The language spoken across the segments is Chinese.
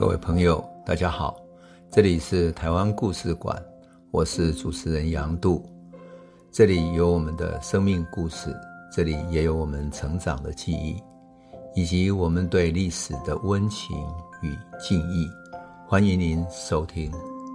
各位朋友大家好，这里是台湾故事馆，我是主持人杨度。这里有我们的生命故事，这里也有我们成长的记忆，以及我们对历史的温情与敬意。欢迎您收听。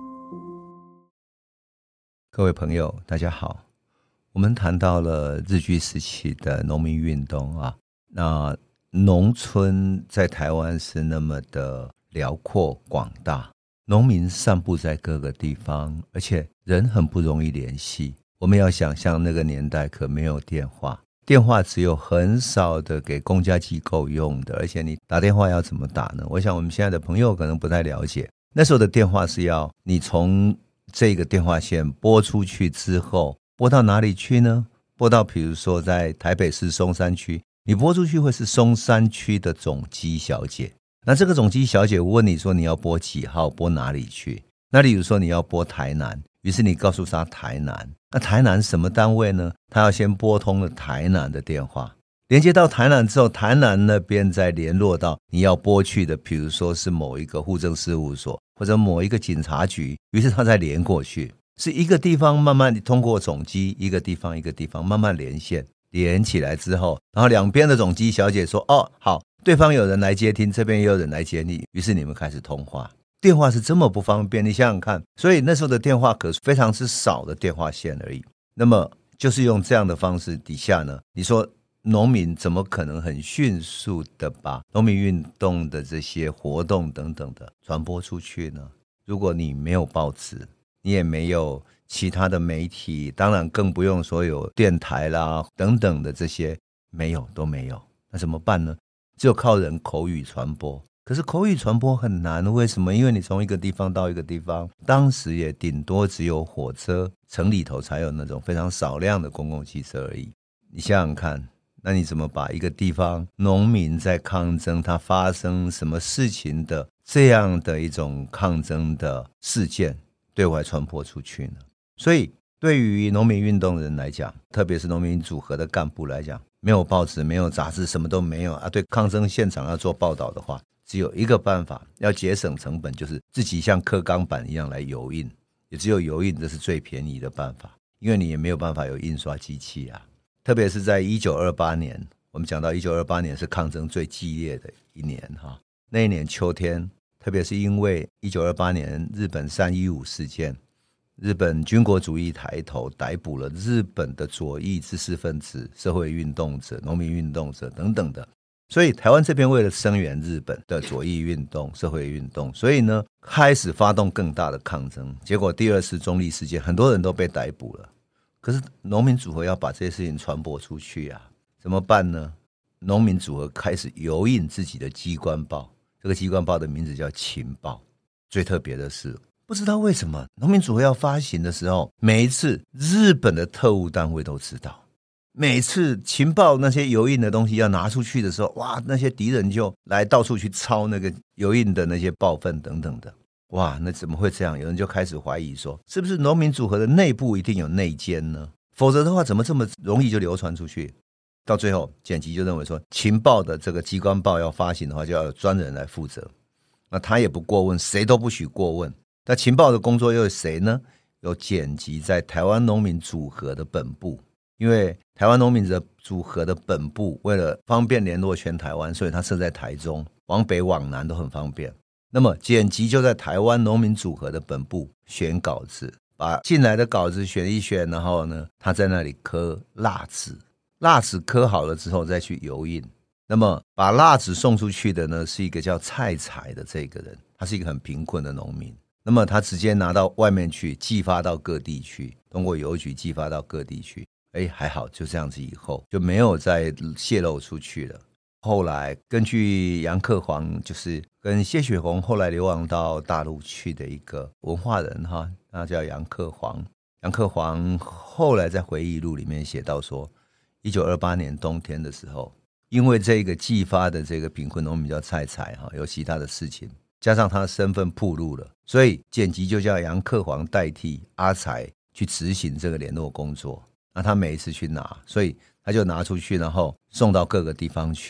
各位朋友大家好，我们谈到了日据时期的农民运动啊，那农村在台湾是那么的辽阔广大，农民散布在各个地方，而且人很不容易联系。我们要想象那个年代可没有电话，电话只有很少的给公家机构用的，而且你打电话要怎么打呢？我想我们现在的朋友可能不太了解，那时候的电话是要你从这个电话线拨出去之后，拨到哪里去呢？拨到比如说在台北市松山区，你拨出去会是松山区的总机小姐，那这个总机小姐问你说你要拨几号，拨哪里去？那例如说你要拨台南，于是你告诉她台南，那台南什么单位呢？她要先拨通了台南的电话，连接到台南之后，台南那边再联络到你要拨去的，比如说是某一个户政事务所或者某一个警察局，于是她再连过去，是一个地方慢慢通过总机，一个地方一个地方慢慢连线，连起来之后，然后两边的总机小姐说哦好，对方有人来接听，这边也有人来接你，于是你们开始通话。电话是这么不方便，你想想看，所以那时候的电话可是非常之少的电话线而已。那么就是用这样的方式底下呢，你说农民怎么可能很迅速的把农民运动的这些活动等等的传播出去呢？如果你没有报纸，你也没有其他的媒体，当然更不用说有电台啦等等的这些，没有，都没有。那怎么办呢？只有靠人口语传播。可是口语传播很难，为什么？因为你从一个地方到一个地方，当时也顶多只有火车，城里头才有那种非常少量的公共汽车而已。你想想看，那你怎么把一个地方农民在抗争，它发生什么事情的这样的一种抗争的事件对外传播出去呢？所以对于农民运动人来讲，特别是农民组合的干部来讲，没有报纸，没有杂志，什么都没有啊。对抗争现场要做报道的话，只有一个办法，要节省成本，就是自己像刻钢板一样来油印，也只有油印这是最便宜的办法，因为你也没有办法有印刷机器啊。特别是在1928年，我们讲到1928年是抗争最激烈的一年哈。那一年秋天，特别是因为1928年日本315事件，日本军国主义抬头，逮捕了日本的左翼知识分子、社会运动者、农民运动者等等的，所以台湾这边为了声援日本的左翼运动、社会运动，所以呢开始发动更大的抗争。结果第二次中立事件，很多人都被逮捕了。可是农民组合要把这些事情传播出去啊，怎么办呢？农民组合开始油印自己的机关报，这个机关报的名字叫情报。最特别的是，不知道为什么农民组合要发行的时候，每一次日本的特务单位都知道，每次情报那些油印的东西要拿出去的时候，哇，那些敌人就来到处去抄那个油印的那些报份等等的。哇，那怎么会这样？有人就开始怀疑说，是不是农民组合的内部一定有内奸呢？否则的话怎么这么容易就流传出去？到最后简吉就认为说，情报的这个机关报要发行的话，就要有专人来负责，那他也不过问，谁都不许过问。那情报的工作又有谁呢？有简吉在台湾农民组合的本部，因为台湾农民的组合的本部为了方便联络全台湾，所以他设在台中，往北往南都很方便。那么简吉就在台湾农民组合的本部选稿子，把进来的稿子选一选，然后呢他在那里刻蜡纸，蜡纸刻好了之后再去油印。那么把蜡纸送出去的呢是一个叫蔡彩的这个人，他是一个很贫困的农民。那么他直接拿到外面去，寄发到各地去，通过邮局寄发到各地去。还好，就这样子以后就没有再泄露出去了。后来根据杨克煌，就是跟谢雪红后来流亡到大陆去的一个文化人哈，他叫杨克煌。杨克煌后来在回忆录里面写到说，1928年冬天的时候，因为这个寄发的这个贫困农民叫蔡彩哈，有其他的事情，加上他的身份暴露了，所以简吉就叫杨克煌代替阿才去执行这个联络工作。那他每一次去拿，所以他就拿出去，然后送到各个地方去。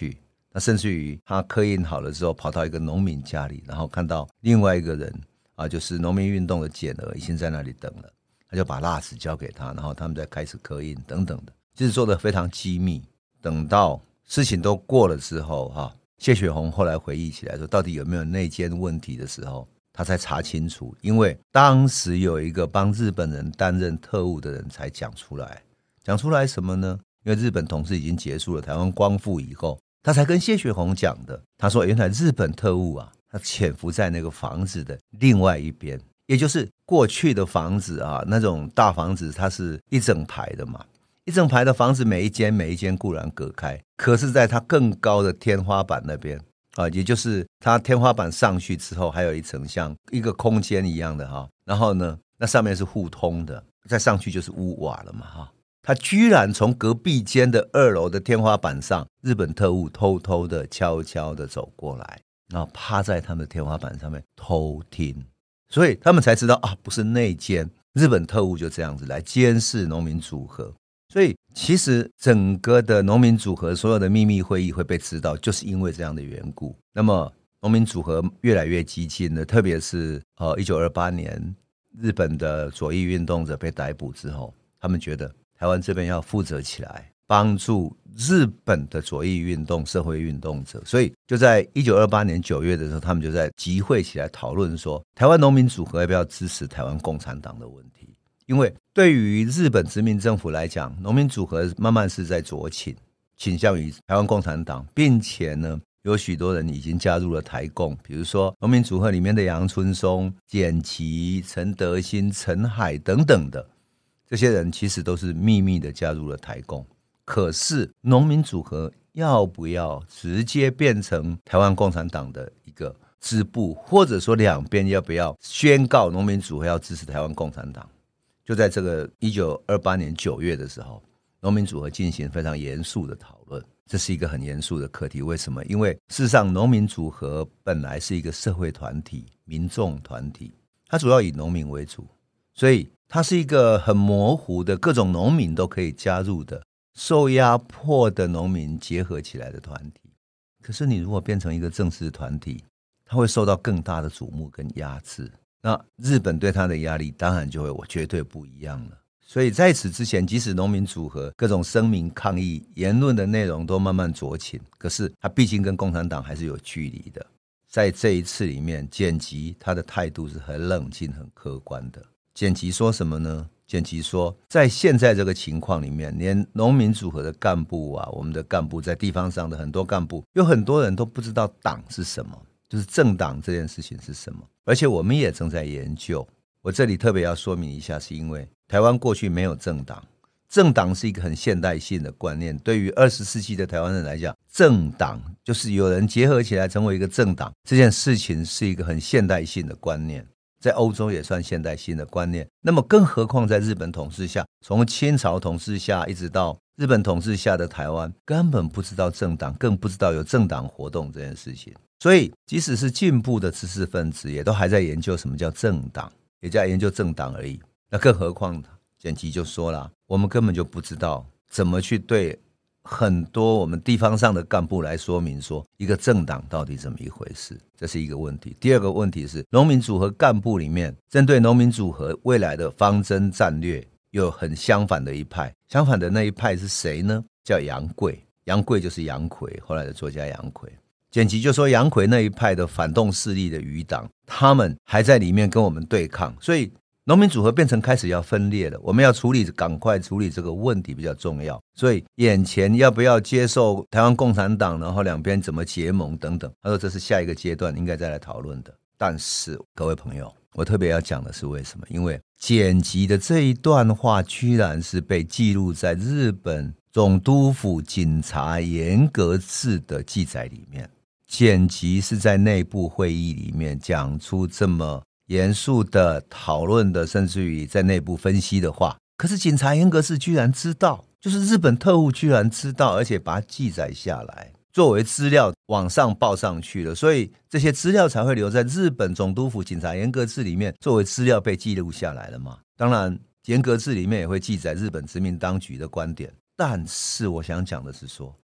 那甚至于他刻印好了之后，跑到一个农民家里，然后看到另外一个人就是农民运动的简娥已经在那里等了，他就把蜡纸交给他，然后他们再开始刻印等等的，其实做得非常机密。等到事情都过了之后谢雪红后来回忆起来说，到底有没有内奸问题的时候，他才查清楚，因为当时有一个帮日本人担任特务的人才讲出来什么呢？因为日本统治已经结束了，台湾光复以后，他才跟谢雪红讲的。他说原来日本特务他潜伏在那个房子的另外一边，也就是过去的房子那种大房子它是一整排的嘛，一整排的房子每一间固然隔开，可是在它更高的天花板那边也就是它天花板上去之后还有一层像一个空间一样的然后呢那上面是互通的，再上去就是屋瓦了嘛他居然从隔壁间的2楼的天花板上，日本特务偷偷的悄悄的走过来，然后趴在他们的天花板上面偷听，所以他们才知道不是内奸，日本特务就这样子来监视农民组合。所以其实整个的农民组合所有的秘密会议会被知道，就是因为这样的缘故。那么农民组合越来越激进了，特别是1928年日本的左翼运动者被逮捕之后，他们觉得台湾这边要负责起来，帮助日本的左翼运动社会运动者，所以就在1928年9月的时候，他们就在集会起来讨论说，台湾农民组合要不要支持台湾共产党的问题。因为对于日本殖民政府来讲，农民组合慢慢是在左倾，倾向于台湾共产党，并且呢有许多人已经加入了台共，比如说农民组合里面的杨春松、简琦、陈德兴、陈海等等的这些人，其实都是秘密的加入了台共。可是农民组合要不要直接变成台湾共产党的一个支部，或者说两边要不要宣告农民组合要支持台湾共产党，就在这个1928年9月的时候，农民组合进行非常严肃的讨论。这是一个很严肃的课题，为什么？因为事实上农民组合本来是一个社会团体、民众团体，它主要以农民为主，所以它是一个很模糊的，各种农民都可以加入的，受压迫的农民结合起来的团体。可是你如果变成一个正式团体，它会受到更大的瞩目跟压制，那日本对他的压力当然就会绝对不一样了。所以在此之前，即使农民组合各种声明抗议言论的内容都慢慢左倾，可是他毕竟跟共产党还是有距离的。在这一次里面，简吉他的态度是很冷静很客观的。简吉说什么呢？简吉说，在现在这个情况里面，连农民组合的干部我们的干部在地方上的很多干部，有很多人都不知道党是什么，就是政党这件事情是什么。而且我们也正在研究，我这里特别要说明一下，是因为台湾过去没有政党，政党是一个很现代性的观念，对于20世纪的台湾人来讲，政党就是有人结合起来成为一个政党，这件事情是一个很现代性的观念，在欧洲也算现代性的观念。那么更何况在日本统治下，从清朝统治下一直到日本统治下的台湾，根本不知道政党，更不知道有政党活动这件事情。所以即使是进步的知识分子，也都还在研究什么叫政党，也在研究政党而已。那更何况简吉就说了，我们根本就不知道怎么去对很多我们地方上的干部来说明说一个政党到底怎么一回事，这是一个问题。第二个问题是，农民组合干部里面针对农民组合未来的方针战略有很相反的一派，相反的那一派是谁呢？叫杨贵。杨贵就是杨逵，后来的作家杨逵。简吉就说杨逵那一派的反动势力的余党，他们还在里面跟我们对抗，所以农民组合变成开始要分裂了，我们要赶快处理这个问题比较重要。所以眼前要不要接受台湾共产党，然后两边怎么结盟等等，他说这是下一个阶段应该再来讨论的。但是各位朋友，我特别要讲的是为什么？因为简吉的这一段话居然是被记录在日本总督府警察严格制的记载里面。简吉是在内部会议里面讲出这么严肃的讨论的，甚至于在内部分析的话，可是警察严格制居然知道，就是日本特务居然知道，而且把它记载下来，作为资料往上报上去了，所以这些资料才会留在日本总督府警察严格制里面，作为资料被记录下来了嘛。当然严格制里面也会记载日本殖民当局的观点，但是我想讲的是说，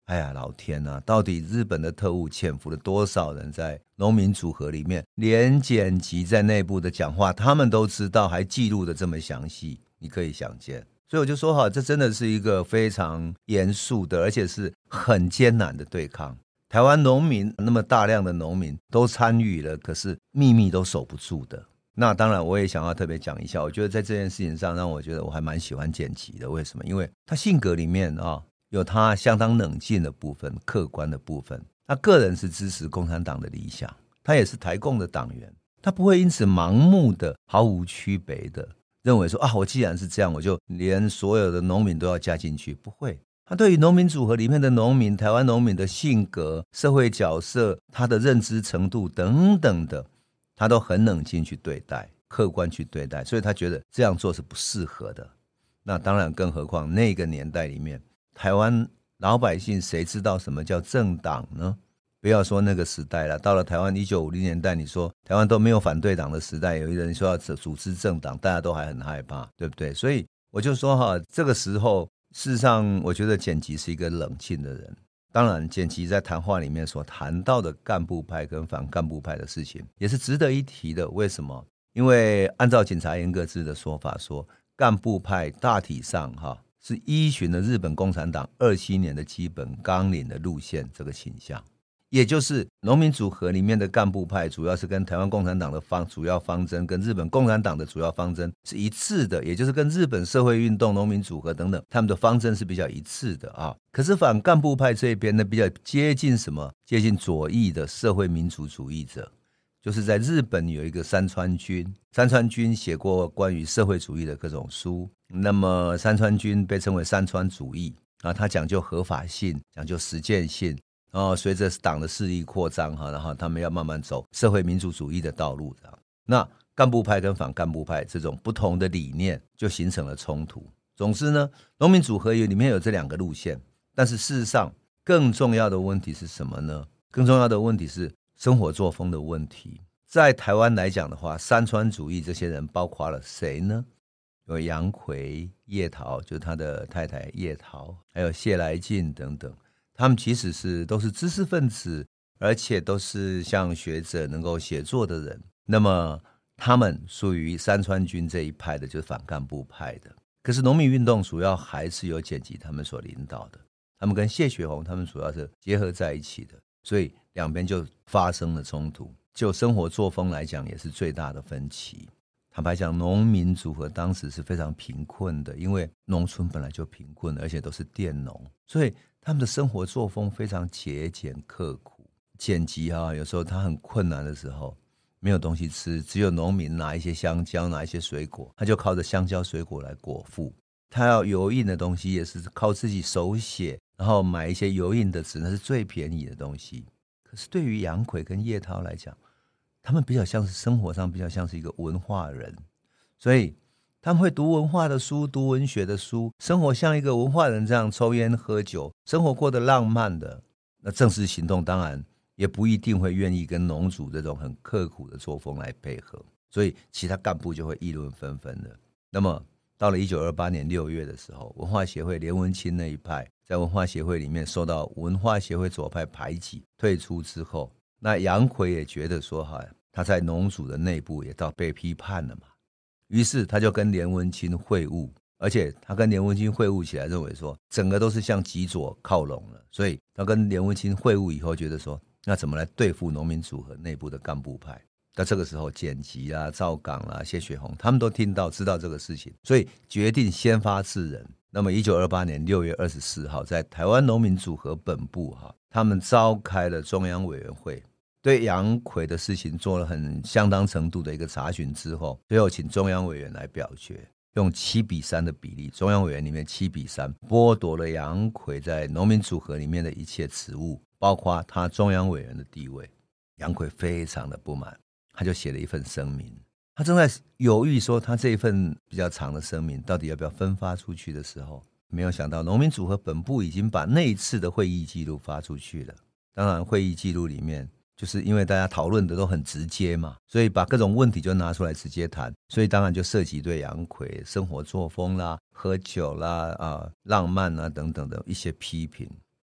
哎呀，老天啊，到底日本的特务潜伏了多少人在农民组合里面，连剪辑在内部的讲话他们都知道，还记录的这么详细，你可以想见。所以我就说哈，这真的是一个非常严肃的，而且是很艰难的对抗。台湾农民那么大量的农民都参与了，可是秘密都守不住的。那当然我也想要特别讲一下，我觉得在这件事情上让我觉得我还蛮喜欢剪辑的。为什么？因为他性格里面有他相当冷静的部分，客观的部分。他个人是支持共产党的理想，他也是台共的党员，他不会因此盲目的毫无区别的认为说我既然是这样，我就连所有的农民都要加进去，不会。他对于农民组合里面的农民，台湾农民的性格、社会角色、他的认知程度等等的，他都很冷静去对待，客观去对待，所以他觉得这样做是不适合的。那当然更何况那个年代里面，台湾老百姓谁知道什么叫政党呢？不要说那个时代了，到了台湾1950年代，你说台湾都没有反对党的时代，有一人说要组织政党，大家都还很害怕，对不对？所以我就说这个时候事实上我觉得简吉是一个冷静的人。当然简吉在谈话里面所谈到的干部派跟反干部派的事情也是值得一提的。为什么？因为按照警察严格制的说法说，干部派大体上是依循了日本共产党27年的基本纲领的路线这个倾向，也就是农民组合里面的干部派主要是跟台湾共产党的主要方针跟日本共产党的主要方针是一致的，也就是跟日本社会运动、农民组合等等他们的方针是比较一致的可是反干部派这边呢，比较接近什么？接近左翼的社会民主主义者。就是在日本有一个山川君，山川君写过关于社会主义的各种书，那么山川君被称为山川主义他讲究合法性，讲究实践性，随着党的势力扩张然后他们要慢慢走社会民主主义的道路。那干部派跟反干部派这种不同的理念就形成了冲突。总之呢，农民组合里面有这两个路线，但是事实上更重要的问题是什么呢？更重要的问题是生活作风的问题。在台湾来讲的话，山川主义这些人包括了谁呢？有杨逵、叶桃，就是他的太太叶桃，还有谢来进等等，他们其实都是知识分子，而且都是像学者能够写作的人。那么他们属于山川军这一派的，就是反干部派的。可是农民运动主要还是由简吉他们所领导的，他们跟谢雪红他们主要是结合在一起的，所以两边就发生了冲突。就生活作风来讲，也是最大的分歧。坦白讲，农民组合当时是非常贫困的，因为农村本来就贫困，而且都是佃农，所以他们的生活作风非常节俭刻苦。简吉有时候他很困难的时候，没有东西吃，只有农民拿一些香蕉，拿一些水果，他就靠着香蕉水果来果腹。他要油印的东西也是靠自己手写，然后买一些油印的纸，那是最便宜的东西。可是对于杨逵跟叶涛来讲，他们比较像是生活上比较像是一个文化人，所以他们会读文化的书，读文学的书，生活像一个文化人这样抽烟喝酒，生活过得浪漫的。那正式行动当然也不一定会愿意跟农主这种很刻苦的作风来配合，所以其他干部就会议论纷纷的。那么到了1928年6月的时候，文化协会连文清那一派在文化协会里面受到文化协会左派排挤退出之后，那杨逵也觉得说他在农组的内部也到被批判了嘛，于是他就跟连文清会晤，而且他跟连文清会晤起来认为说整个都是向极左靠拢了，所以他跟连文清会晤以后觉得说那怎么来对付农民组合内部的干部派。那这个时候简吉赵港谢雪红他们都知道这个事情，所以决定先发制人。那么1928年6月24号在台湾农民组合本部他们召开了中央委员会，对杨逵的事情做了相当程度的一个查询之后，最后请中央委员来表决，用7-3的比例，中央委员里面7-3剥夺了杨逵在农民组合里面的一切职务，包括他中央委员的地位。杨逵非常的不满，他就写了一份声明。他正在犹豫说他这一份比较长的声明到底要不要分发出去的时候，没有想到农民组合本部已经把那一次的会议记录发出去了。当然会议记录里面就是因为大家讨论的都很直接嘛，所以把各种问题就拿出来直接谈，所以当然就涉及对杨逵生活作风啦、喝酒啦、浪漫等等的一些批评。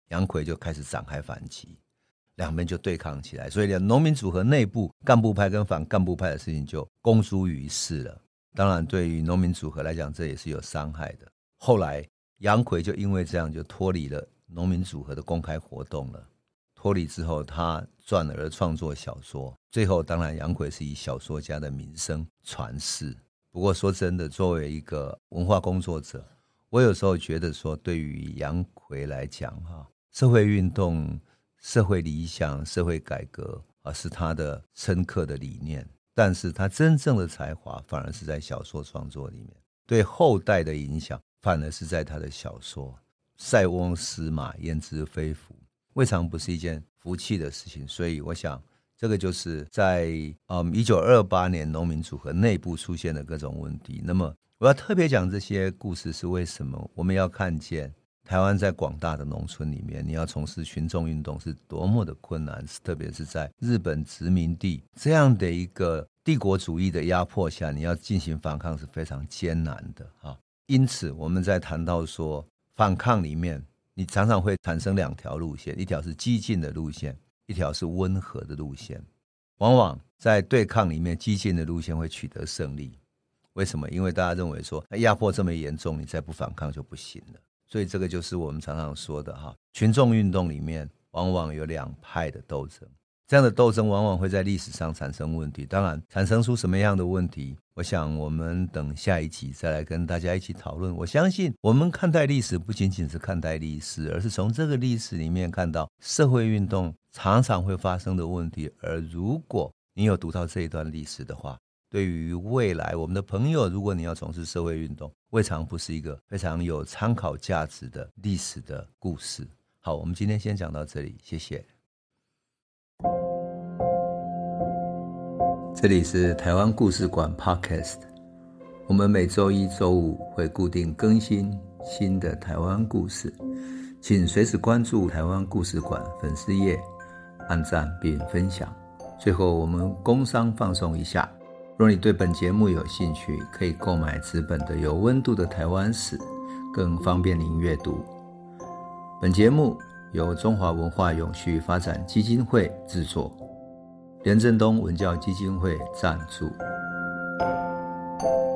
杨逵就开始展开反击，两边就对抗起来，所以农民组合内部干部派跟反干部派的事情就公诸于世了。当然对于农民组合来讲，这也是有伤害的。后来杨逵就因为这样就脱离了农民组合的公开活动了。脱离之后，他转而创作小说，最后当然杨逵是以小说家的名声传世。不过说真的，作为一个文化工作者，我有时候觉得说，对于杨逵来讲社会运动、社会理想、社会改革是他的深刻的理念，但是他真正的才华反而是在小说创作里面，对后代的影响反而是在他的小说。塞翁失马焉知非福，未尝不是一件福气的事情。所以我想这个就是在1928年农民组合内部出现的各种问题。那么我要特别讲这些故事是为什么？我们要看见台湾在广大的农村里面，你要从事群众运动是多么的困难，特别是在日本殖民地这样的一个帝国主义的压迫下，你要进行反抗是非常艰难的因此我们在谈到说反抗里面，你常常会产生两条路线，一条是激进的路线，一条是温和的路线。往往在对抗里面，激进的路线会取得胜利。为什么？因为大家认为说压迫这么严重，你再不反抗就不行了。所以这个就是我们常常说的群众运动里面往往有两派的斗争，这样的斗争往往会在历史上产生问题。当然产生出什么样的问题，我想我们等下一集再来跟大家一起讨论。我相信我们看待历史不仅仅是看待历史，而是从这个历史里面看到社会运动常常会发生的问题。而如果你有读到这一段历史的话，对于未来我们的朋友，如果你要从事社会运动，未尝不是一个非常有参考价值的历史的故事。好，我们今天先讲到这里，谢谢。这里是台湾故事馆 Podcast， 我们每周一、周五会固定更新新的台湾故事，请随时关注台湾故事馆粉丝页，按赞并分享。最后我们工商放送一下，若你对本节目有兴趣，可以购买纸本的有温度的台湾史，更方便您阅读。本节目由中华文化永续发展基金会制作，连震东文教基金会赞助。